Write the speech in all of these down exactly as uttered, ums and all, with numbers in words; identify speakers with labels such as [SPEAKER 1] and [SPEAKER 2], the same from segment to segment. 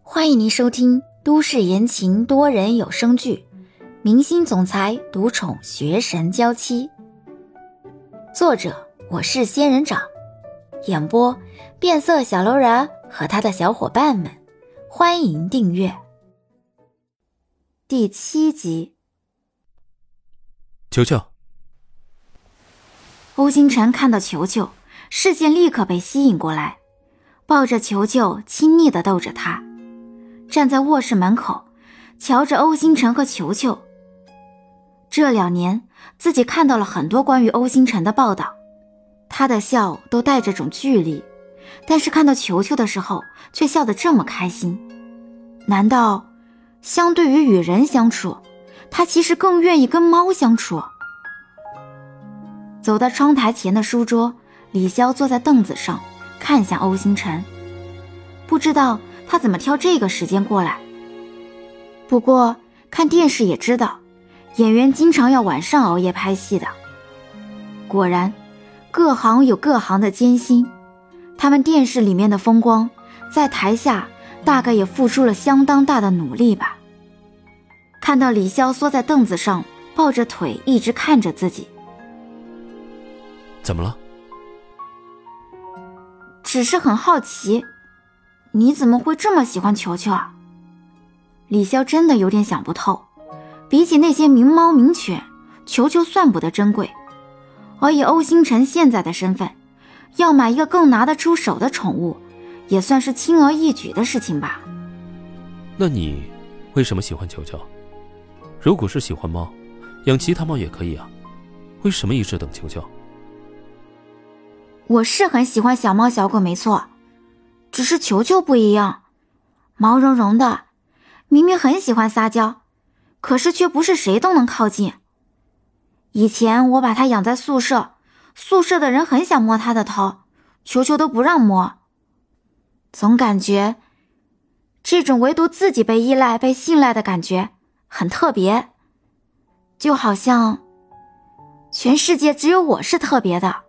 [SPEAKER 1] 欢迎您收听都市言情多人有声剧《明星总裁独宠学神娇妻》，作者我是仙人掌，演播变色小楼人和他的小伙伴们。欢迎订阅。第七集。
[SPEAKER 2] 球球。
[SPEAKER 1] 欧星辰看到球球，视线立刻被吸引过来，抱着球球亲昵地逗着他，站在卧室门口瞧着欧星辰和球球。这两年自己看到了很多关于欧星辰的报道，他的笑都带着种距离，但是看到球球的时候却笑得这么开心。难道相对于与人相处，他其实更愿意跟猫相处？走到窗台前的书桌，李潇坐在凳子上看向欧星辰，不知道他怎么挑这个时间过来。不过看电视也知道，演员经常要晚上熬夜拍戏的。果然各行有各行的艰辛，他们电视里面的风光，在台下大概也付出了相当大的努力吧。看到李潇缩在凳子上抱着腿一直看着自己。
[SPEAKER 2] 怎么了？
[SPEAKER 1] 只是很好奇，你怎么会这么喜欢球球啊？李潇真的有点想不透，比起那些名猫名犬，球球算不得珍贵，而以欧星辰现在的身份，要买一个更拿得出手的宠物，也算是轻而易举的事情吧。
[SPEAKER 2] 那你为什么喜欢球球？如果是喜欢猫，养其他猫也可以啊，为什么一直等球球？
[SPEAKER 1] 我是很喜欢小猫小狗没错，只是球球不一样，毛茸茸的，明明很喜欢撒娇，可是却不是谁都能靠近。以前我把它养在宿舍，宿舍的人很想摸它的头，球球都不让摸。总感觉这种唯独自己被依赖被信赖的感觉很特别，就好像全世界只有我是特别的。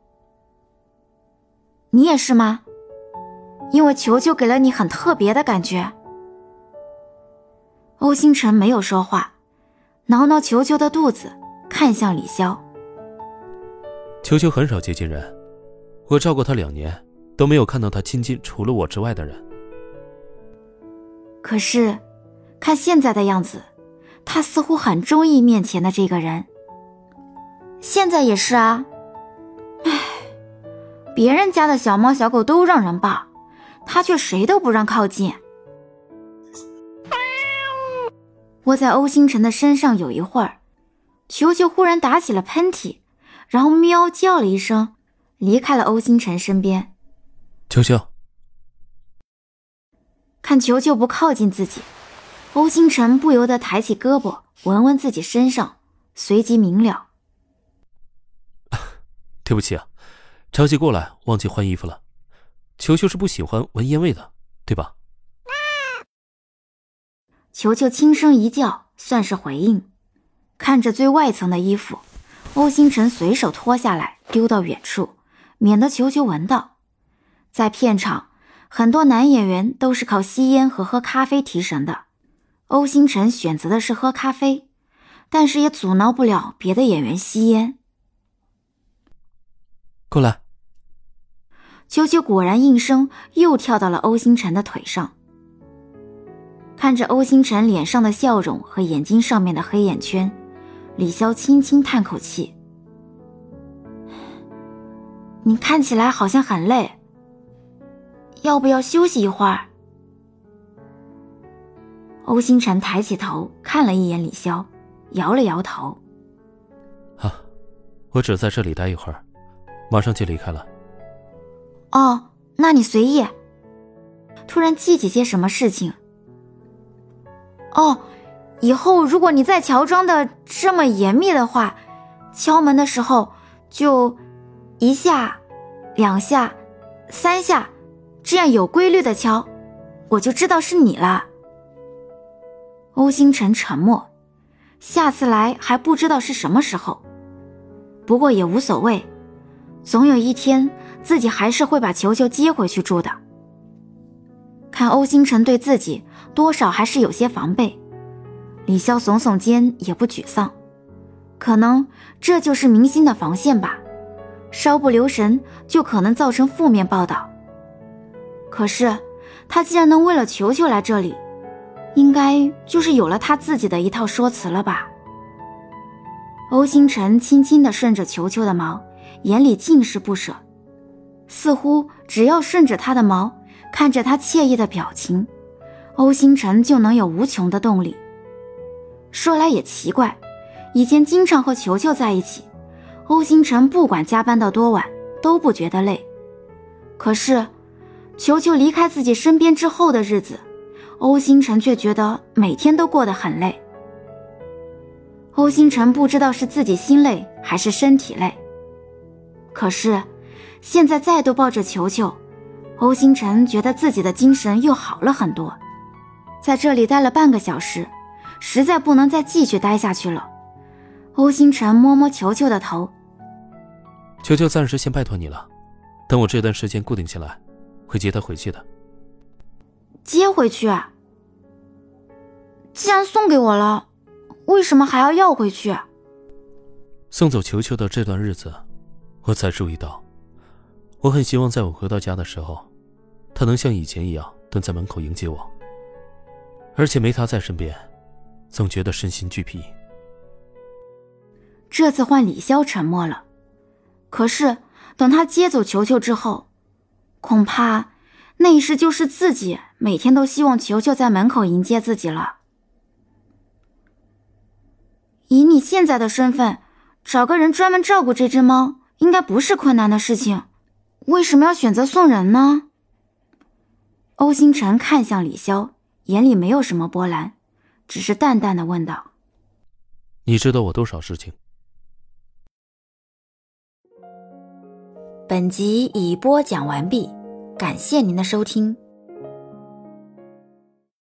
[SPEAKER 1] 你也是吗？因为球球给了你很特别的感觉。欧星辰没有说话，挠挠球球的肚子，看向李潇。
[SPEAKER 2] 球球很少接近人，我照顾他两年，都没有看到他亲近除了我之外的人。
[SPEAKER 1] 可是看现在的样子，他似乎很中意面前的这个人。现在也是啊。唉，别人家的小猫小狗都让人抱，他却谁都不让靠近。窝在欧星辰的身上有一会儿，球球忽然打起了喷嚏，然后喵叫了一声，离开了欧星辰身边。
[SPEAKER 2] 球球。
[SPEAKER 1] 看球球不靠近自己，欧星辰不由得抬起胳膊闻闻自己身上，随即明了。
[SPEAKER 2] 对不起啊，着急过来忘记换衣服了。球球是不喜欢闻烟味的，对吧？
[SPEAKER 1] 球球轻声一叫，算是回应。看着最外层的衣服，欧星辰随手脱下来丢到远处，免得球球闻到。在片场，很多男演员都是靠吸烟和喝咖啡提神的，欧星辰选择的是喝咖啡，但是也阻挠不了别的演员吸烟。
[SPEAKER 2] 过来。
[SPEAKER 1] 球球果然应声又跳到了欧星辰的腿上。看着欧星辰脸上的笑容和眼睛上面的黑眼圈，李潇轻轻叹口气。你看起来好像很累，要不要休息一会儿？欧星辰抬起头看了一眼李潇，摇了摇头。
[SPEAKER 2] 啊，我只在这里待一会儿，马上就离开了。
[SPEAKER 1] 哦，那你随意。突然记起些什么事情。哦，以后如果你再乔装的这么严密的话，敲门的时候就一下、两下、三下，这样有规律的敲，我就知道是你了。欧星辰沉默，下次来还不知道是什么时候，不过也无所谓，总有一天自己还是会把球球接回去住的。 看欧星辰对自己多少还是有些防备，李潇耸耸肩也不沮丧，可能这就是明星的防线吧，稍不留神就可能造成负面报道。可是他既然能为了球球来这里，应该就是有了他自己的一套说辞了吧。欧星辰轻轻地顺着球球的毛，眼里尽是不舍，似乎只要顺着他的毛，看着他惬意的表情，欧星辰就能有无穷的动力。说来也奇怪，以前经常和球球在一起，欧星辰不管加班到多晚都不觉得累，可是球球离开自己身边之后的日子，欧星辰却觉得每天都过得很累。欧星辰不知道是自己心累还是身体累，可是现在再度抱着球球，欧星辰觉得自己的精神又好了很多。在这里待了半个小时，实在不能再继续待下去了。欧星辰摸摸球球的头，
[SPEAKER 2] 球球暂时先拜托你了，等我这段时间固定下来，会接他回去的。
[SPEAKER 1] 接回去？既然送给我了，为什么还要要回去？
[SPEAKER 2] 送走球球的这段日子，我才注意到，我很希望在我回到家的时候，他能像以前一样蹲在门口迎接我，而且没他在身边，总觉得身心俱疲。
[SPEAKER 1] 这次换李潇沉默了，可是等他接走球球之后，恐怕那时就是自己每天都希望球球在门口迎接自己了。以你现在的身份，找个人专门照顾这只猫，应该不是困难的事情，为什么要选择送人呢？欧星辰看向李潇，眼里没有什么波澜，只是淡淡的问道：
[SPEAKER 2] 你知道我多少事情？
[SPEAKER 1] 本集已播讲完毕，感谢您的收听。